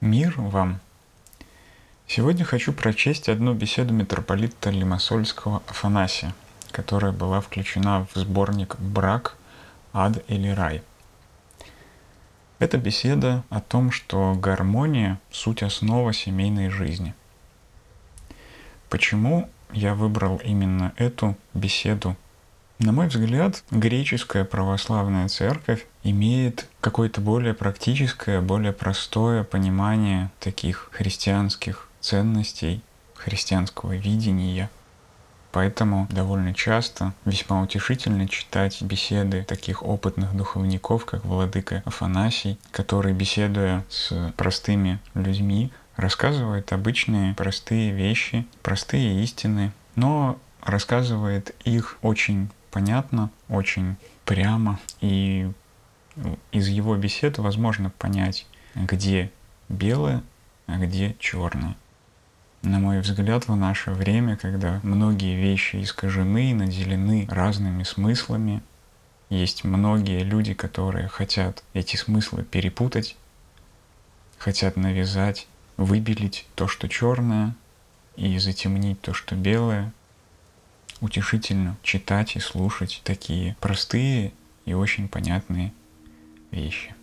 Мир вам! Сегодня хочу прочесть одну беседу митрополита Лимассольского Афанасия, которая была включена в сборник «Брак, ад или рай». Это беседа о том, что гармония — суть основа семейной жизни. Почему я выбрал именно эту беседу? На мой взгляд, греческая православная церковь имеет какое-то более практическое, более простое понимание таких христианских ценностей, христианского видения. Поэтому довольно часто весьма утешительно читать беседы таких опытных духовников, как владыка Афанасий, который, беседуя с простыми людьми, рассказывает обычные простые вещи, простые истины, но рассказывает их очень понятно, очень прямо, и из его бесед возможно понять, где белое, а где черное. На мой взгляд, в наше время, когда многие вещи искажены, наделены разными смыслами, есть многие люди, которые хотят эти смыслы перепутать, хотят навязать, выбелить то, что черное, и затемнить то, что белое. Утешительно читать и слушать такие простые и очень понятные вещи.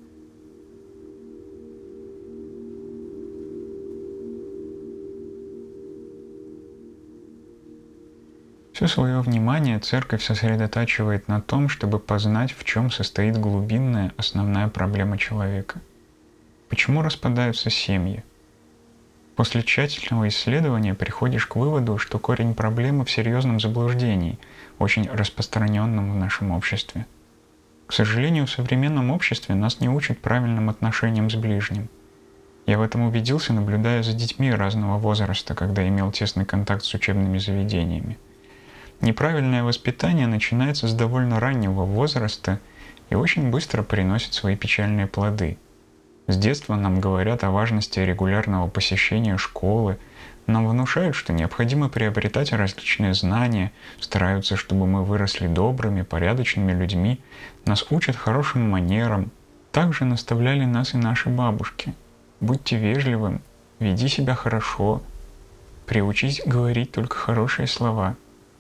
Все свое внимание церковь сосредотачивает на том, чтобы познать, в чем состоит глубинная основная проблема человека. Почему распадаются семьи? После тщательного исследования приходишь к выводу, что корень проблемы в серьезном заблуждении, очень распространенном в нашем обществе. К сожалению, в современном обществе нас не учат правильным отношениям с ближним. Я в этом убедился, наблюдая за детьми разного возраста, когда имел тесный контакт с учебными заведениями. Неправильное воспитание начинается с довольно раннего возраста и очень быстро приносит свои печальные плоды. С детства нам говорят о важности регулярного посещения школы, нам внушают, что необходимо приобретать различные знания, стараются, чтобы мы выросли добрыми, порядочными людьми, нас учат хорошим манерам. Также наставляли нас и наши бабушки. Будьте вежливым, веди себя хорошо, приучись говорить только хорошие слова.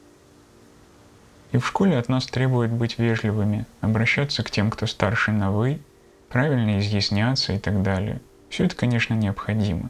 И в школе от нас требуют быть вежливыми, обращаться к тем, кто старше на «вы», правильно изъясняться и так далее. Все это, конечно, необходимо.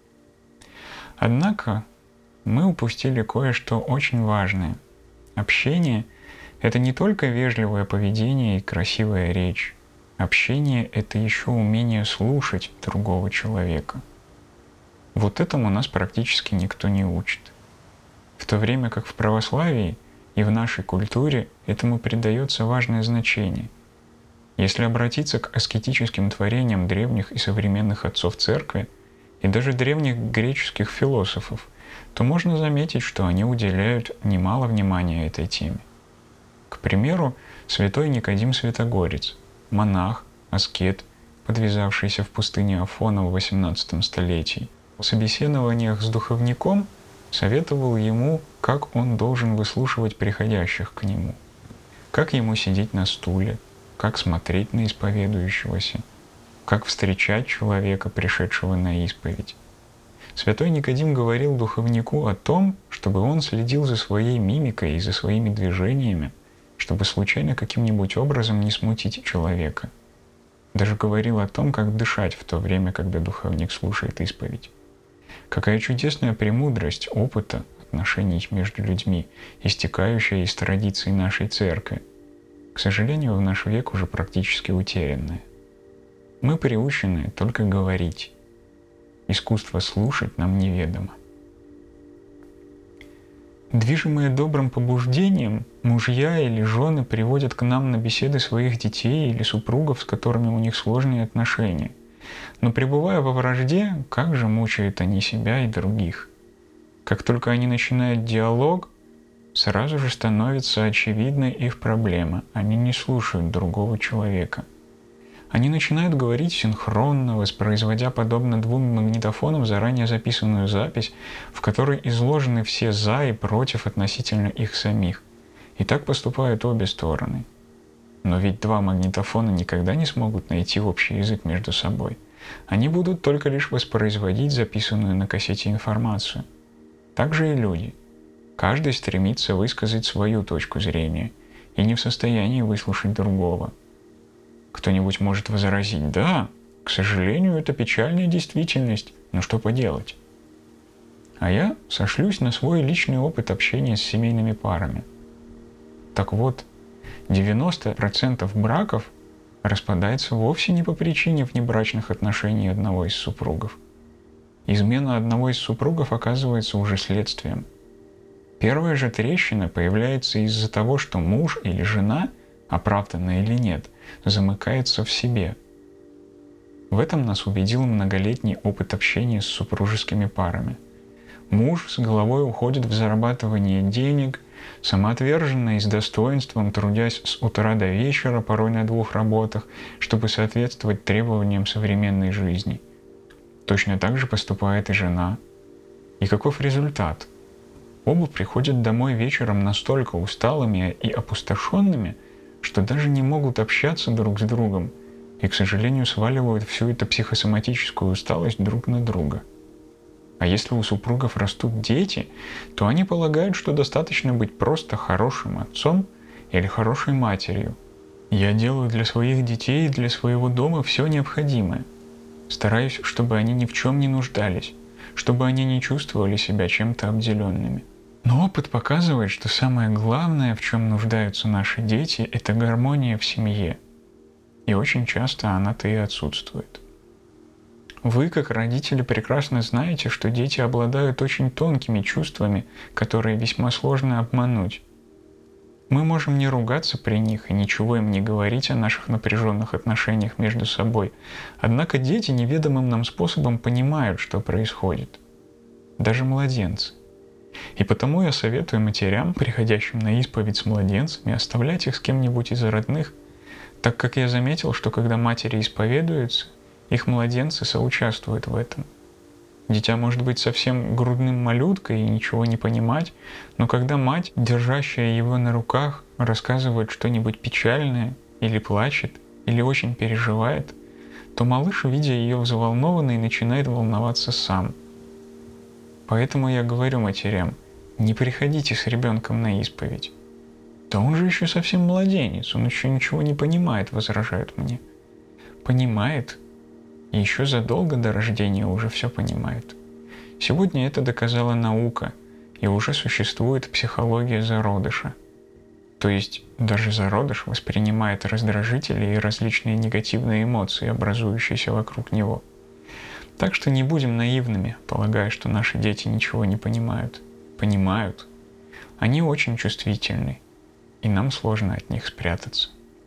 Однако мы упустили кое-что очень важное. Общение — это не только вежливое поведение и красивая речь. Общение — это еще умение слушать другого человека. Вот этому нас практически никто не учит. В то время как в православии и в нашей культуре этому придается важное значение. Если обратиться к аскетическим творениям древних и современных отцов церкви, и даже древних греческих философов, то можно заметить, что они уделяют немало внимания этой теме. К примеру, святой Никодим Святогорец, монах, аскет, подвязавшийся в пустыне Афона в XVIII столетии, в собеседованиях с духовником советовал ему, как он должен выслушивать приходящих к нему, как ему сидеть на стуле, как смотреть на исповедующегося, как встречать человека, пришедшего на исповедь. Святой Никодим говорил духовнику о том, чтобы он следил за своей мимикой и за своими движениями, чтобы случайно каким-нибудь образом не смутить человека. Даже говорил о том, как дышать в то время, когда духовник слушает исповедь. Какая чудесная премудрость опыта отношений между людьми, истекающая из традиций нашей церкви, к сожалению, в наш век уже практически утерянная. Мы приучены только говорить. Искусство слушать нам неведомо. Движимые добрым побуждением, мужья или жены приводят к нам на беседы своих детей или супругов, с которыми у них сложные отношения. Но пребывая во вражде, как же мучают они себя и других. Как только они начинают диалог, сразу же становится очевидной их проблема. Они не слушают другого человека. Они начинают говорить синхронно, воспроизводя подобно двум магнитофонам заранее записанную запись, в которой изложены все «за» и «против» относительно их самих. И так поступают обе стороны. Но ведь два магнитофона никогда не смогут найти общий язык между собой. Они будут только лишь воспроизводить записанную на кассете информацию. Так же и люди. Каждый стремится высказать свою точку зрения и не в состоянии выслушать другого. Кто-нибудь может возразить: да, к сожалению, это печальная действительность, но что поделать? А я сошлюсь на свой личный опыт общения с семейными парами. Так вот, 90% браков распадается вовсе не по причине внебрачных отношений одного из супругов. Измена одного из супругов оказывается уже следствием. Первая же трещина появляется из-за того, что муж или жена, оправданно или нет, замыкается в себе. В этом нас убедил многолетний опыт общения с супружескими парами. Муж с головой уходит в зарабатывание денег, самоотверженно и с достоинством трудясь с утра до вечера, порой на 2 работах, чтобы соответствовать требованиям современной жизни. Точно так же поступает и жена. И каков результат? Оба приходят домой вечером настолько усталыми и опустошенными, что даже не могут общаться друг с другом и, к сожалению, сваливают всю эту психосоматическую усталость друг на друга. А если у супругов растут дети, то они полагают, что достаточно быть просто хорошим отцом или хорошей матерью. Я делаю для своих детей и для своего дома все необходимое. Стараюсь, чтобы они ни в чем не нуждались, чтобы они не чувствовали себя чем-то обделенными. Но опыт показывает, что самое главное, в чем нуждаются наши дети, это гармония в семье. И очень часто она-то и отсутствует. Вы, как родители, прекрасно знаете, что дети обладают очень тонкими чувствами, которые весьма сложно обмануть. Мы можем не ругаться при них и ничего им не говорить о наших напряженных отношениях между собой, однако дети неведомым нам способом понимают, что происходит. Даже младенцы. И потому я советую матерям, приходящим на исповедь с младенцами, оставлять их с кем-нибудь из родных, так как я заметил, что когда матери исповедуются, их младенцы соучаствуют в этом. Дитя может быть совсем грудным малюткой и ничего не понимать, но когда мать, держащая его на руках, рассказывает что-нибудь печальное, или плачет, или очень переживает, то малыш, видя ее взволнованной, начинает волноваться сам. Поэтому я говорю матерям: не приходите с ребенком на исповедь. Да он же еще совсем младенец, он еще ничего не понимает, возражают мне. Понимает. И еще задолго до рождения уже все понимает. Сегодня это доказала наука, и уже существует психология зародыша. То есть даже зародыш воспринимает раздражители и различные негативные эмоции, образующиеся вокруг него. Так что не будем наивными, полагая, что наши дети ничего не понимают. Понимают. Они очень чувствительны, и нам сложно от них спрятаться.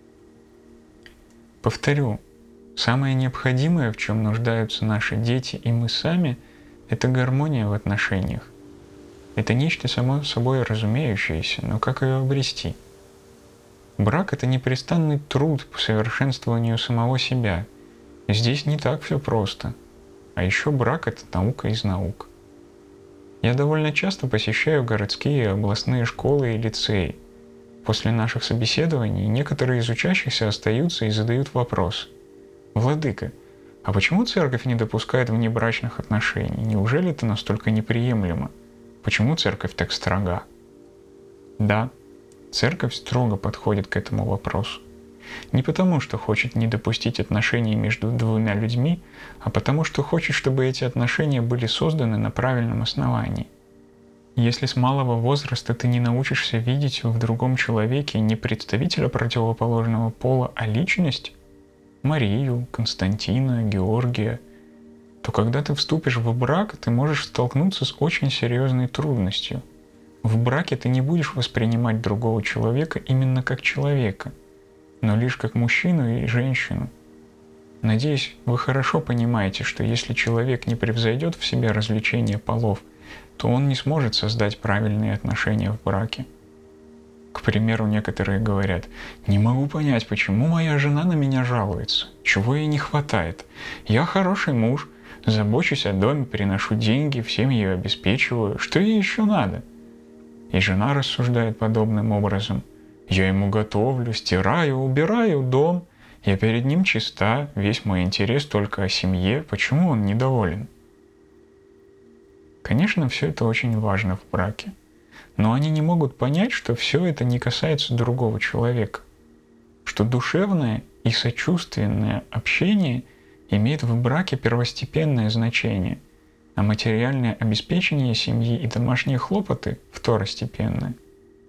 Повторю, самое необходимое, в чем нуждаются наши дети и мы сами, это гармония в отношениях. Это нечто само собой разумеющееся, но как ее обрести? Брак — это непрестанный труд по совершенствованию самого себя. Здесь не так все просто. А еще брак — это наука из наук. Я довольно часто посещаю городские и областные школы и лицеи. После наших собеседований некоторые из учащихся остаются и задают вопрос: «Владыка, а почему церковь не допускает внебрачных отношений? Неужели это настолько неприемлемо? Почему церковь так строга?» Да, церковь строго подходит к этому вопросу. Не потому, что хочет не допустить отношений между двумя людьми, а потому, что хочет, чтобы эти отношения были созданы на правильном основании. Если с малого возраста ты не научишься видеть в другом человеке не представителя противоположного пола, а личность, Марию, Константина, Георгия, то когда ты вступишь в брак, ты можешь столкнуться с очень серьезной трудностью. В браке ты не будешь воспринимать другого человека именно как человека, но лишь как мужчину и женщину. Надеюсь, вы хорошо понимаете, что если человек не превзойдет в себе развлечение полов, то он не сможет создать правильные отношения в браке. К примеру, некоторые говорят: «Не могу понять, почему моя жена на меня жалуется, чего ей не хватает. Я хороший муж, забочусь о доме, приношу деньги, всем ее обеспечиваю, что ей еще надо?» И жена рассуждает подобным образом: «Я ему готовлю, стираю, убираю дом, Я перед ним чиста, весь мой интерес только о семье, почему он недоволен? Конечно, все это очень важно в браке, но они не могут понять, что все это не касается другого человека, что душевное и сочувственное общение имеет в браке первостепенное значение, а материальное обеспечение семьи и домашние хлопоты второстепенное.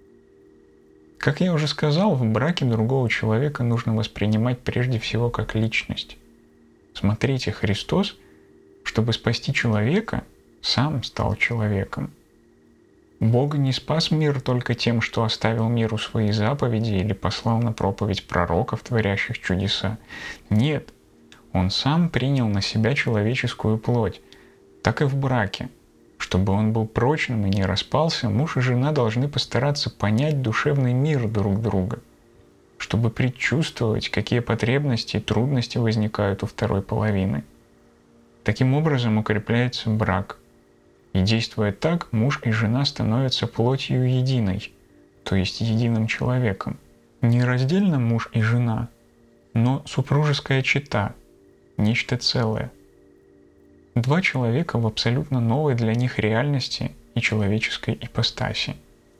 Как я уже сказал, в браке другого человека нужно воспринимать прежде всего как личность. Смотрите, Христос, чтобы спасти человека, сам стал человеком. Бог не спас мир только тем, что оставил миру свои заповеди или послал на проповедь пророков, творящих чудеса. Нет, Он сам принял на себя человеческую плоть. Так и в браке. Чтобы он был прочным и не распался, муж и жена должны постараться понять душевный мир друг друга, чтобы предчувствовать, какие потребности и трудности возникают у второй половины. Таким образом укрепляется брак. И действуя так, муж и жена становятся плотью единой, то есть единым человеком. Не раздельно муж и жена, но супружеская чета, нечто целое. Два человека в абсолютно новой для них реальности и человеческой ипостаси.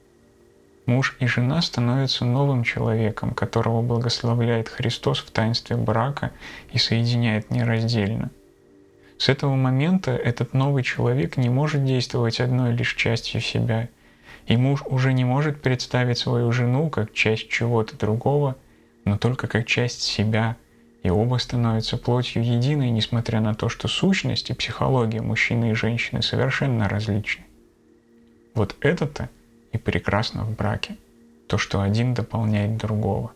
Муж и жена становятся новым человеком, которого благословляет Христос в таинстве брака и соединяет нераздельно. С этого момента этот новый человек не может действовать одной лишь частью себя, и муж уже не может представить свою жену как часть чего-то другого, но только как часть себя, и оба становятся плотью единой, несмотря на то, что сущность и психология мужчины и женщины совершенно различны. Вот это-то и прекрасно в браке, то, что один дополняет другого.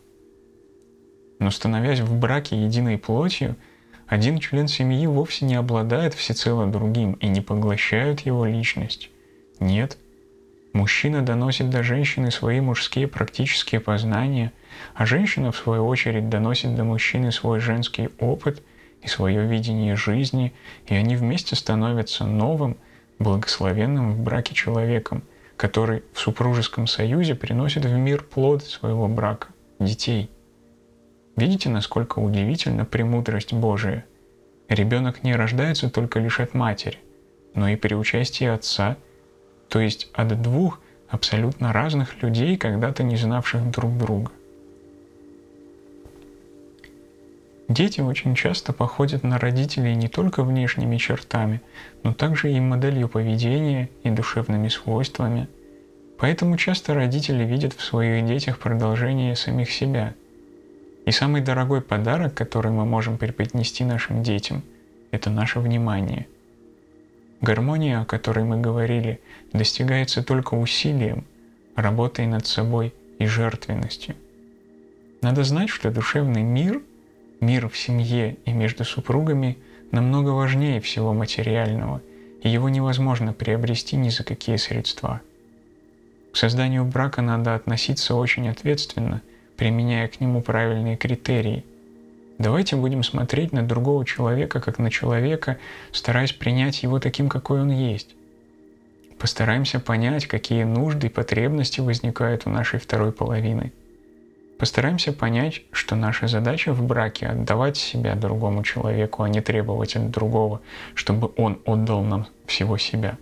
Но становясь в браке единой плотью, один член семьи вовсе не обладает всецело другим и не поглощает его личность. Нет, мужчина доносит до женщины свои мужские практические познания, а женщина, в свою очередь, доносит до мужчины свой женский опыт и свое видение жизни, и они вместе становятся новым, благословенным в браке человеком, который в супружеском союзе приносит в мир плод своего брака – детей. Видите, насколько удивительна премудрость Божия? Ребенок не рождается только лишь от матери, но и при участии отца, то есть от двух абсолютно разных людей, когда-то не знавших друг друга. Дети очень часто походят на родителей не только внешними чертами, но также и моделью поведения и душевными свойствами. Поэтому часто родители видят в своих детях продолжение самих себя. И самый дорогой подарок, который мы можем преподнести нашим детям, это наше внимание. Гармония, о которой мы говорили, достигается только усилием, работой над собой и жертвенностью. Надо знать, что душевный мир в семье и между супругами намного важнее всего материального, и его невозможно приобрести ни за какие средства. К созданию брака надо относиться очень ответственно, применяя к нему правильные критерии. Давайте будем смотреть на другого человека как на человека, стараясь принять его таким, какой он есть. Постараемся понять, какие нужды и потребности возникают у нашей второй половины. Постараемся понять, что наша задача в браке – отдавать себя другому человеку, а не требовать от другого, чтобы он отдал нам всего себя.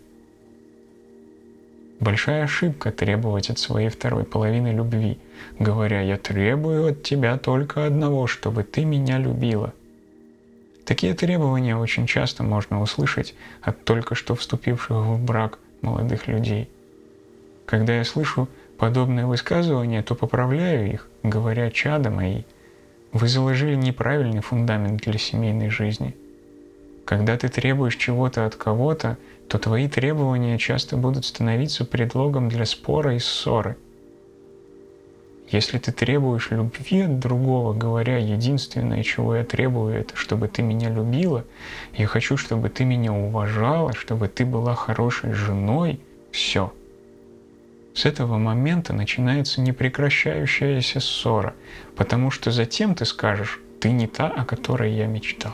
Большая ошибка требовать от своей второй половины любви, говоря: «Я требую от тебя только одного, чтобы ты меня любила». Такие требования очень часто можно услышать от только что вступивших в брак молодых людей. Когда я слышу подобные высказывания, то поправляю их, говоря: «Чада мои, вы заложили неправильный фундамент для семейной жизни. Когда ты требуешь чего-то от кого-то, то твои требования часто будут становиться предлогом для спора и ссоры. Если ты требуешь любви от другого, говоря: единственное, чего я требую, это чтобы ты меня любила, я хочу, чтобы ты меня уважала, чтобы ты была хорошей женой», все. С этого момента начинается непрекращающаяся ссора, потому что затем ты скажешь: «Ты не та, о которой я мечтал».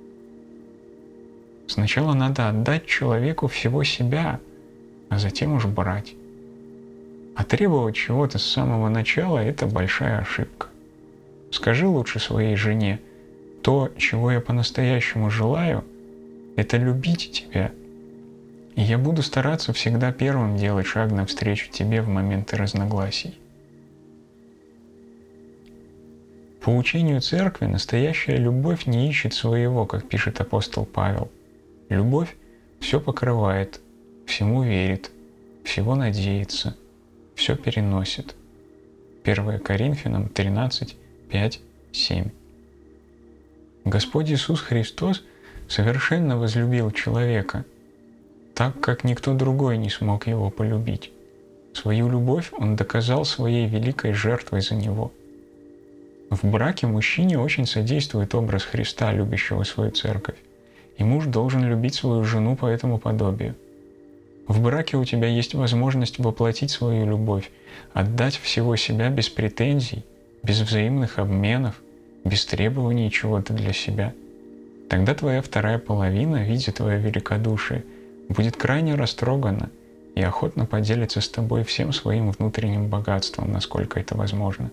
Сначала надо отдать человеку всего себя, а затем уж брать. А требовать чего-то с самого начала – это большая ошибка. Скажи лучше своей жене: то, чего я по-настоящему желаю, это любить тебя. И я буду стараться всегда первым делать шаг навстречу тебе в моменты разногласий. По учению Церкви настоящая любовь не ищет своего, как пишет апостол Павел. Любовь все покрывает, всему верит, всего надеется, все переносит. 1 Коринфянам 13, 5, 7. Господь Иисус Христос совершенно возлюбил человека, так как никто другой не смог его полюбить. Свою любовь Он доказал своей великой жертвой за него. В браке мужчине очень содействует образ Христа, любящего свою церковь, и муж должен любить свою жену по этому подобию. В браке у тебя есть возможность воплотить свою любовь, отдать всего себя без претензий, без взаимных обменов, без требований чего-то для себя. Тогда твоя вторая половина, видя твое великодушие, будет крайне растрогана и охотно поделится с тобой всем своим внутренним богатством, насколько это возможно.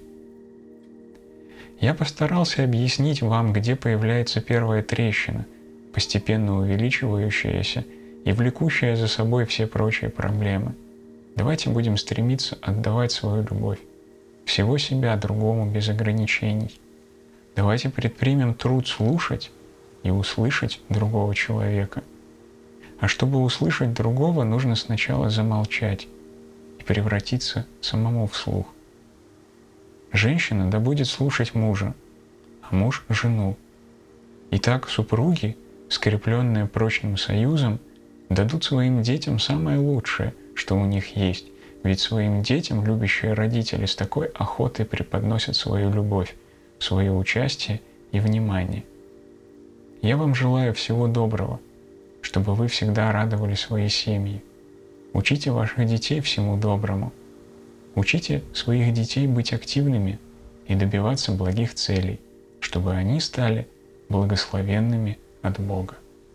Я постарался объяснить вам, где появляется первая трещина, постепенно увеличивающаяся и влекущая за собой все прочие проблемы. Давайте будем стремиться отдавать свою любовь, всего себя другому без ограничений. Давайте предпримем труд слушать и услышать другого человека. А чтобы услышать другого, нужно сначала замолчать и превратиться самому в слух. Женщина да будет слушать мужа, а муж — жену. Итак, супруги, скрепленные прочным союзом, дадут своим детям самое лучшее, что у них есть, ведь своим детям любящие родители с такой охотой преподносят свою любовь, свое участие и внимание. Я вам желаю всего доброго, чтобы вы всегда радовали свои семьи. Учите ваших детей всему доброму. Учите своих детей быть активными и добиваться благих целей, чтобы они стали благословенными от Бога.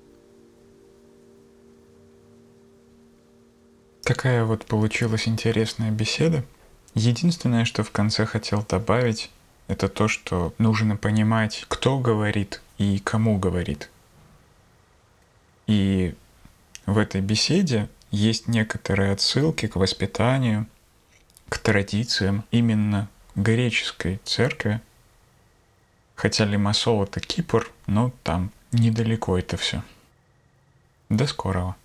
Такая вот получилась интересная беседа. Единственное, что в конце хотел добавить, это то, что нужно понимать, кто говорит и кому говорит. И в этой беседе есть некоторые отсылки к воспитанию, к традициям именно греческой церкви. Хотя Лимассол — это Кипр, но там недалеко это все. До скорого.